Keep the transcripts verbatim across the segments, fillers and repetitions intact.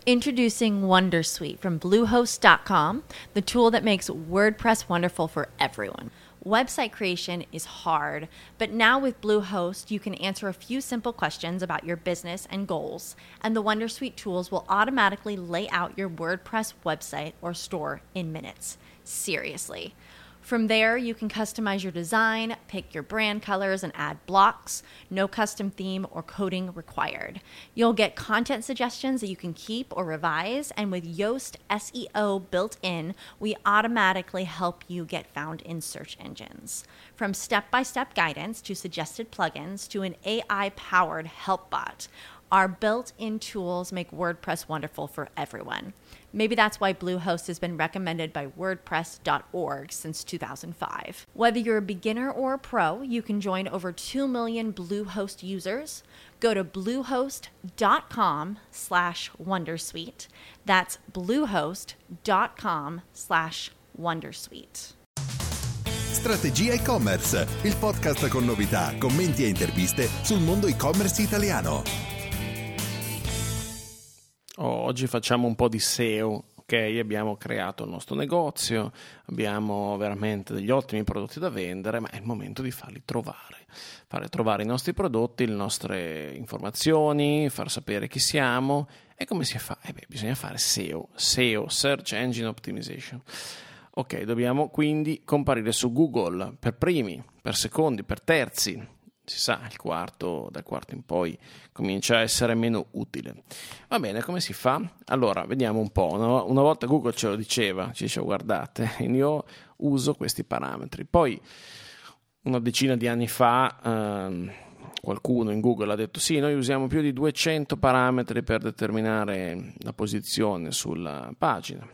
Introducing Wondersuite from Bluehost dot com, the tool that makes WordPress wonderful for everyone. Website creation is hard, but now with Bluehost, you can answer a few simple questions about your business and goals, and the Wondersuite tools will automatically lay out your WordPress website or store in minutes. Seriously. From there, you can customize your design, pick your brand colors, and add blocks. No custom theme or coding required. You'll get content suggestions that you can keep or revise, and with Yoast S E O built in, we automatically help you get found in search engines. From step-by-step guidance to suggested plugins to an A I-powered help bot, our built-in tools make WordPress wonderful for everyone. Maybe that's why Bluehost has been recommended by WordPress dot org since two thousand five. Whether you're a beginner or a pro, you can join over two million Bluehost users. Go to bluehost dot com slash wondersuite. That's bluehost dot com slash wondersuite. Strategia e-commerce, il podcast con novità, commenti e interviste sul mondo e-commerce italiano. Oggi facciamo un po' di S E O, ok? Abbiamo creato il nostro negozio, abbiamo veramente degli ottimi prodotti da vendere, ma è il momento di farli trovare, fare trovare i nostri prodotti, le nostre informazioni, far sapere chi siamo. E come si fa? Eh beh, bisogna fare S E O, S E O, Search Engine Optimization. Ok, dobbiamo quindi comparire su Google per primi, per secondi, per terzi. Si sa, il quarto, dal quarto in poi comincia a essere meno utile. Va bene, come si fa? Allora, vediamo un po'. Una, una volta Google ce lo diceva, ci diceva guardate, io uso questi parametri. Poi, una decina di anni fa, ehm, qualcuno in Google ha detto sì, noi usiamo più di duecento parametri per determinare la posizione sulla pagina.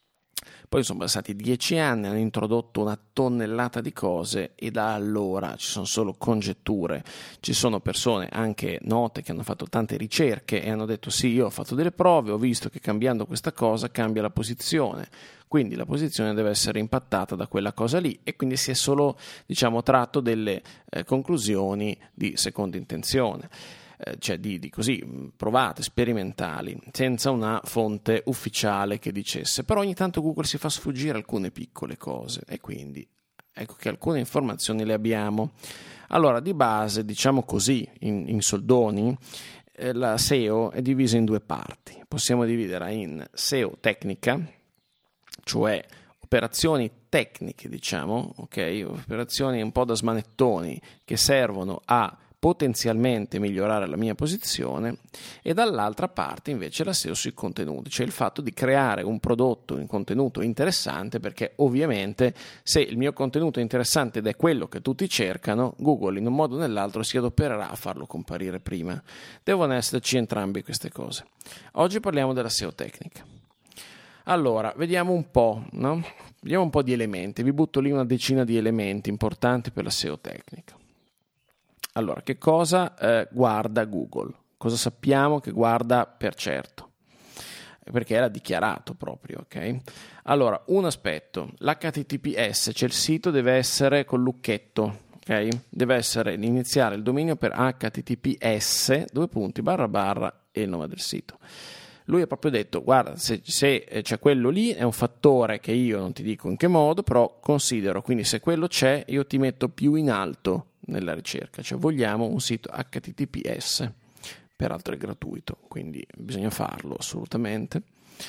Poi sono passati dieci anni, hanno introdotto una tonnellata di cose e da allora ci sono solo congetture. Ci sono persone anche note che hanno fatto tante ricerche e hanno detto sì, io ho fatto delle prove, ho visto che cambiando questa cosa cambia la posizione. Quindi la posizione deve essere impattata da quella cosa lì e quindi si è solo, diciamo, tratto delle eh, conclusioni di seconda intenzione. Cioè di, di così provate, sperimentali, senza una fonte ufficiale che dicesse. Però ogni tanto Google si fa sfuggire alcune piccole cose e quindi ecco che alcune informazioni le abbiamo. Allora, di base, diciamo così, in, in soldoni, eh, la S E O è divisa in due parti. Possiamo dividerla in S E O tecnica, cioè operazioni tecniche, diciamo, ok, operazioni un po' da smanettoni che servono a potenzialmente migliorare la mia posizione, e dall'altra parte invece la S E O sui contenuti, cioè il fatto di creare un prodotto, un contenuto interessante, perché ovviamente se il mio contenuto è interessante ed è quello che tutti cercano, Google in un modo o nell'altro si adopererà a farlo comparire prima. Devono esserci entrambe queste cose. Oggi parliamo della S E O tecnica. Allora, vediamo un po', no? Vediamo un po' di elementi, vi butto lì una decina di elementi importanti per la S E O tecnica. Allora, che cosa eh, guarda Google? Cosa sappiamo che guarda per certo? Perché era dichiarato proprio, ok? Allora, un aspetto, l'H T T P S, cioè il sito deve essere col lucchetto, ok? Deve essere iniziare il dominio per H T T P S, due punti, barra barra e il nome del sito. Lui ha proprio detto, guarda, se, se c'è quello lì è un fattore che io non ti dico in che modo, però considero, quindi se quello c'è io ti metto più in alto nella ricerca, cioè vogliamo un sito H T T P S, peraltro è gratuito, quindi bisogna farlo assolutamente.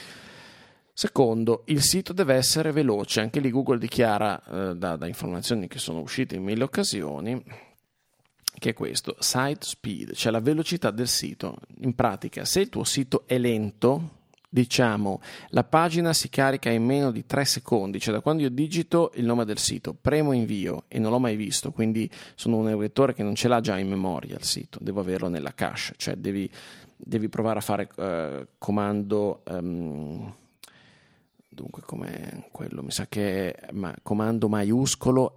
Secondo, il sito deve essere veloce, anche lì Google dichiara eh, da, da informazioni che sono uscite in mille occasioni che è questo, site speed, cioè la velocità del sito. In pratica, se il tuo sito è lento, diciamo, la pagina si carica in meno di tre secondi, cioè da quando io digito il nome del sito, premo invio e non l'ho mai visto, quindi sono un lettore che non ce l'ha già in memoria il sito, devo averlo nella cache, cioè devi, devi provare a fare uh, comando, um, dunque come quello, mi sa che è ma, comando maiuscolo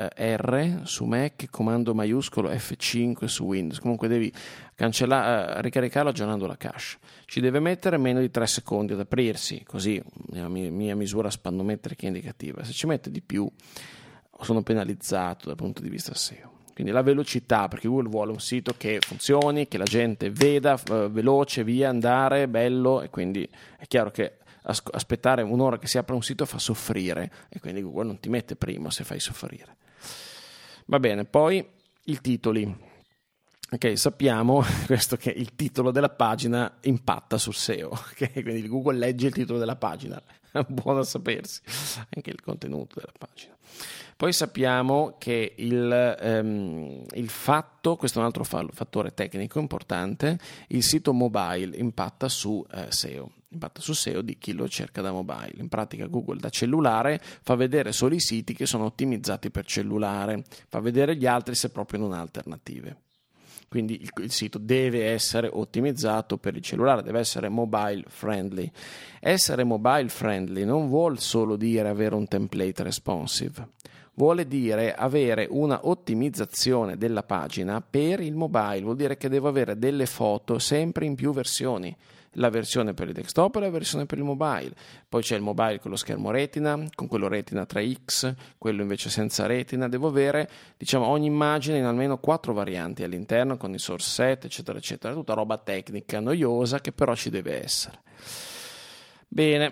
R su Mac, comando maiuscolo F cinque su Windows. Comunque devi cancellare, ricaricarlo aggiornando la cache. Ci deve mettere meno di tre secondi ad aprirsi, così la mia, mia misura spannometrica indicativa. Se ci mette di più sono penalizzato dal punto di vista S E O. Quindi la velocità, perché Google vuole un sito che funzioni, che la gente veda, eh, veloce, via, andare, bello, e quindi è chiaro che as- aspettare un'ora che si apra un sito fa soffrire, e quindi Google non ti mette primo se fai soffrire. Va bene, poi i titoli. Ok, sappiamo questo, che il titolo della pagina impatta sul S E O, okay? Quindi Google legge il titolo della pagina, è buono a sapersi, anche il contenuto della pagina. Poi sappiamo che il, um, il fatto, questo è un altro fattore tecnico importante, il sito mobile impatta su uh, S E O, impatta su S E O di chi lo cerca da mobile. In pratica Google da cellulare fa vedere solo i siti che sono ottimizzati per cellulare, fa vedere gli altri se proprio non ha alternative. Quindi il, il sito deve essere ottimizzato per il cellulare, deve essere mobile friendly. Essere mobile friendly non vuol solo dire avere un template responsive, vuole dire avere una ottimizzazione della pagina per il mobile, vuol dire che devo avere delle foto sempre in più versioni. La versione per il desktop e la versione per il mobile. Poi c'è il mobile con lo schermo retina, con quello retina tre X, quello invece senza retina. Devo avere, diciamo, ogni immagine in almeno quattro varianti all'interno, con il source set, eccetera, eccetera. Tutta roba tecnica, noiosa, che però ci deve essere. Bene.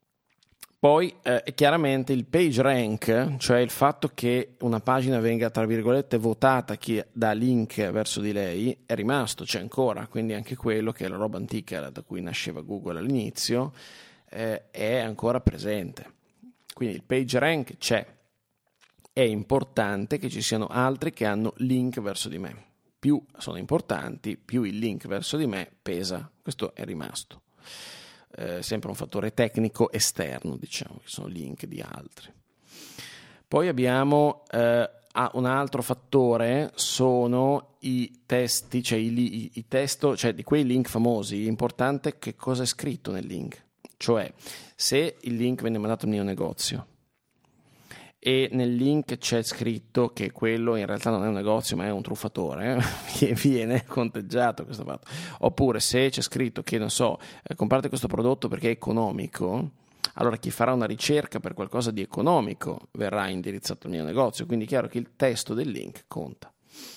Poi eh, chiaramente il page rank, cioè il fatto che una pagina venga tra virgolette votata chi dà link verso di lei, è rimasto, c'è ancora, quindi anche quello che è la roba antica da cui nasceva Google all'inizio eh, è ancora presente. Quindi il page rank c'è, è importante che ci siano altri che hanno link verso di me. Più sono importanti, più il link verso di me pesa, questo è rimasto. Eh, sempre un fattore tecnico esterno, diciamo, che sono link di altri. Poi abbiamo eh, un altro fattore, sono i testi, cioè i, i, i testo, cioè di quei link famosi. È importante che cosa è scritto nel link, cioè se il link viene mandato al mio negozio e nel link c'è scritto che quello in realtà non è un negozio ma è un truffatore, eh? Viene conteggiato questo fatto. Oppure se c'è scritto che, non so, eh, comprate questo prodotto perché è economico, allora chi farà una ricerca per qualcosa di economico verrà indirizzato al mio negozio, quindi è chiaro che il testo del link conta.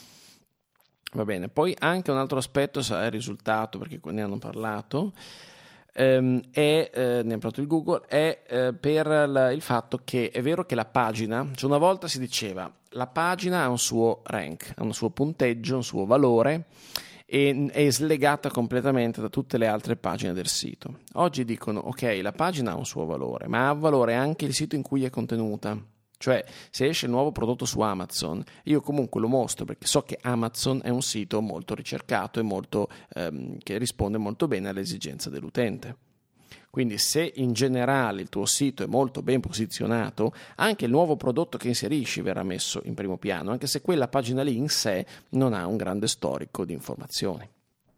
Va bene, poi anche un altro aspetto è il risultato, perché ne hanno parlato, Um, è, eh, ne ha parlato il Google, è eh, per la, il fatto che è vero che la pagina, cioè una volta si diceva la pagina ha un suo rank, ha un suo punteggio, un suo valore e è slegata completamente da tutte le altre pagine del sito. Oggi dicono ok, la pagina ha un suo valore, ma ha valore anche il sito in cui è contenuta. Cioè, se esce il nuovo prodotto su Amazon, io comunque lo mostro perché so che Amazon è un sito molto ricercato e molto, ehm, che risponde molto bene alle esigenze dell'utente. Quindi se in generale il tuo sito è molto ben posizionato, anche il nuovo prodotto che inserisci verrà messo in primo piano, anche se quella pagina lì in sé non ha un grande storico di informazioni.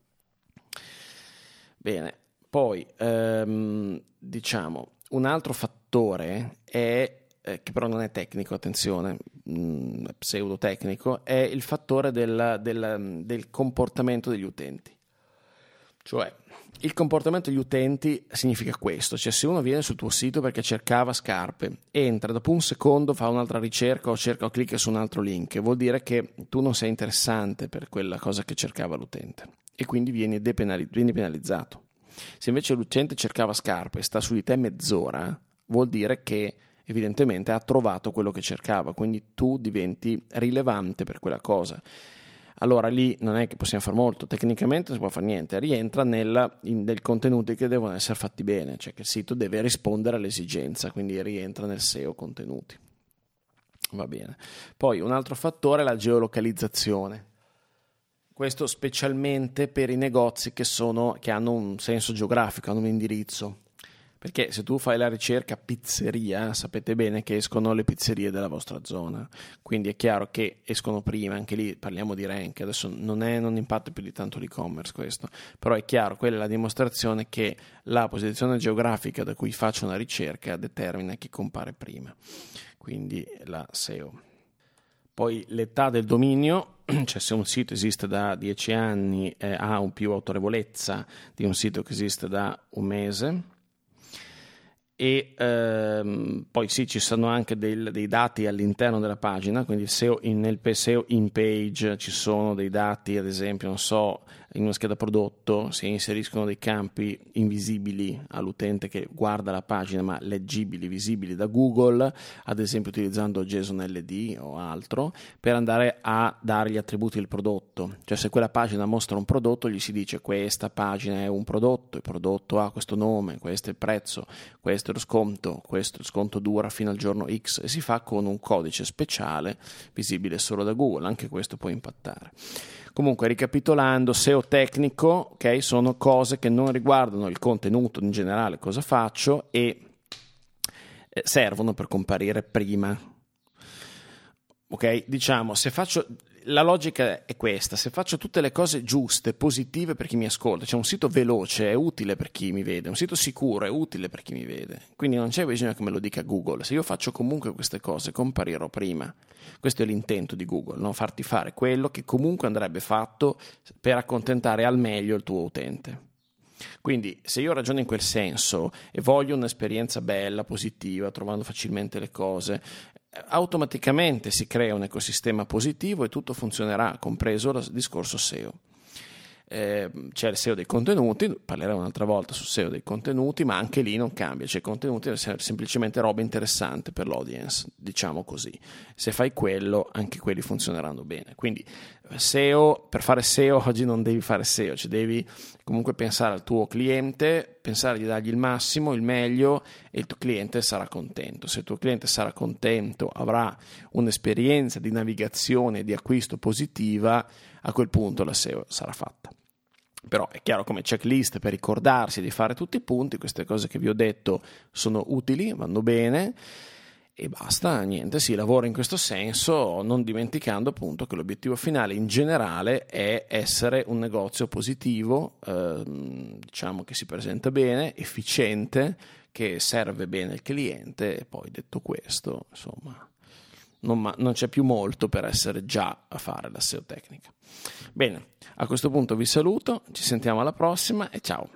Bene, poi ehm, diciamo un altro fattore è Eh, che però non è tecnico, attenzione, mh, è pseudotecnico, è il fattore del, del, del comportamento degli utenti. Cioè, il comportamento degli utenti significa questo, cioè se uno viene sul tuo sito perché cercava scarpe, entra, dopo un secondo fa un'altra ricerca o cerca o clicca su un altro link, vuol dire che tu non sei interessante per quella cosa che cercava l'utente e quindi vieni, depenali- vieni penalizzato. Se invece l'utente cercava scarpe e sta su di te mezz'ora, vuol dire che evidentemente ha trovato quello che cercava, quindi tu diventi rilevante per quella cosa. Allora lì non è che possiamo fare molto, tecnicamente non si può fare niente, rientra nel, in, dei contenuti che devono essere fatti bene, cioè che il sito deve rispondere all'esigenza, quindi rientra nel S E O contenuti. Va bene. Poi un altro fattore è la geolocalizzazione. Questo specialmente per i negozi che, sono, che hanno un senso geografico, hanno un indirizzo. Perché se tu fai la ricerca pizzeria, sapete bene che escono le pizzerie della vostra zona, quindi è chiaro che escono prima, anche lì parliamo di rank, adesso non, è, non impatta più di tanto l'e-commerce questo, però è chiaro, quella è la dimostrazione che la posizione geografica da cui faccio una ricerca determina chi compare prima, quindi la S E O. Poi l'età del dominio, cioè se un sito esiste da dieci anni eh, ha un più autorevolezza di un sito che esiste da un mese. e ehm, poi sì, ci sono anche dei, dei dati all'interno della pagina, quindi il S E O, in, nel S E O in page ci sono dei dati, ad esempio, non so, in una scheda prodotto si inseriscono dei campi invisibili all'utente che guarda la pagina ma leggibili, visibili da Google, ad esempio utilizzando JSON L D o altro, per andare a dare gli attributi del prodotto. Cioè se quella pagina mostra un prodotto gli si dice questa pagina è un prodotto, il prodotto ha questo nome, questo è il prezzo, questo è lo sconto, questo lo sconto dura fino al giorno X, e si fa con un codice speciale visibile solo da Google. Anche questo può impattare. Comunque, ricapitolando, S E O tecnico, ok, sono cose che non riguardano il contenuto in generale, cosa faccio, e eh, servono per comparire prima. Ok, diciamo, se faccio, la logica è questa: se faccio tutte le cose giuste, positive per chi mi ascolta, cioè un sito veloce è utile per chi mi vede, un sito sicuro è utile per chi mi vede, quindi non c'è bisogno che me lo dica Google. Se io faccio comunque queste cose, comparirò prima. Questo è l'intento di Google, no? Farti fare quello che comunque andrebbe fatto per accontentare al meglio il tuo utente. Quindi se io ragiono in quel senso e voglio un'esperienza bella, positiva, trovando facilmente le cose, automaticamente si crea un ecosistema positivo e tutto funzionerà, compreso il discorso S E O. Eh, c'è il S E O dei contenuti, parleremo un'altra volta sul S E O dei contenuti, ma anche lì non cambia, cioè i contenuti sono semplicemente roba interessante per l'audience, diciamo così. Se fai quello, anche quelli funzioneranno bene. Quindi S E O, per fare S E O oggi non devi fare S E O, cioè devi comunque pensare al tuo cliente, pensare di dargli il massimo, il meglio, e il tuo cliente sarà contento. Se il tuo cliente sarà contento, avrà un'esperienza di navigazione e di acquisto positiva, a quel punto la S E O sarà fatta. Però è chiaro, come checklist per ricordarsi di fare tutti i punti, queste cose che vi ho detto sono utili, vanno bene e basta, niente, si lavora in questo senso, non dimenticando appunto che l'obiettivo finale in generale è essere un negozio positivo, ehm, diciamo che si presenta bene, efficiente, che serve bene il cliente. E poi, detto questo, insomma, non, ma, non c'è più molto per essere già a fare la S E O tecnica. Bene, a questo punto vi saluto, ci sentiamo alla prossima e ciao.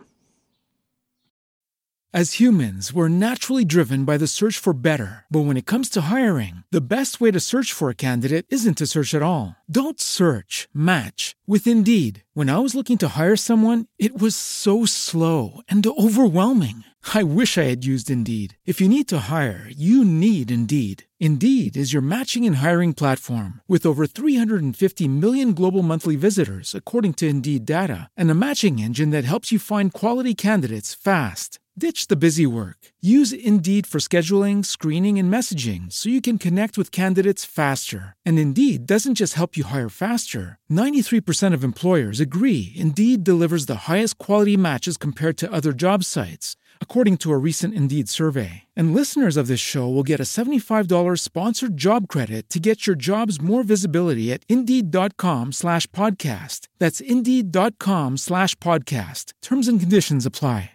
As humans, we're naturally driven by the search for better. But when it comes to hiring, the best way to search for a candidate isn't to search at all. Don't search, match with Indeed. When I was looking to hire someone, it was so slow and overwhelming. I wish I had used Indeed. If you need to hire, you need Indeed. Indeed is your matching and hiring platform with over three hundred fifty million global monthly visitors, according to Indeed data, and a matching engine that helps you find quality candidates fast. Ditch the busy work. Use Indeed for scheduling, screening, and messaging so you can connect with candidates faster. And Indeed doesn't just help you hire faster. ninety-three percent of employers agree Indeed delivers the highest quality matches compared to other job sites, according to a recent Indeed survey. And listeners of this show will get a seventy-five dollars sponsored job credit to get your jobs more visibility at Indeed.com slash podcast. That's Indeed.com slash podcast. Terms and conditions apply.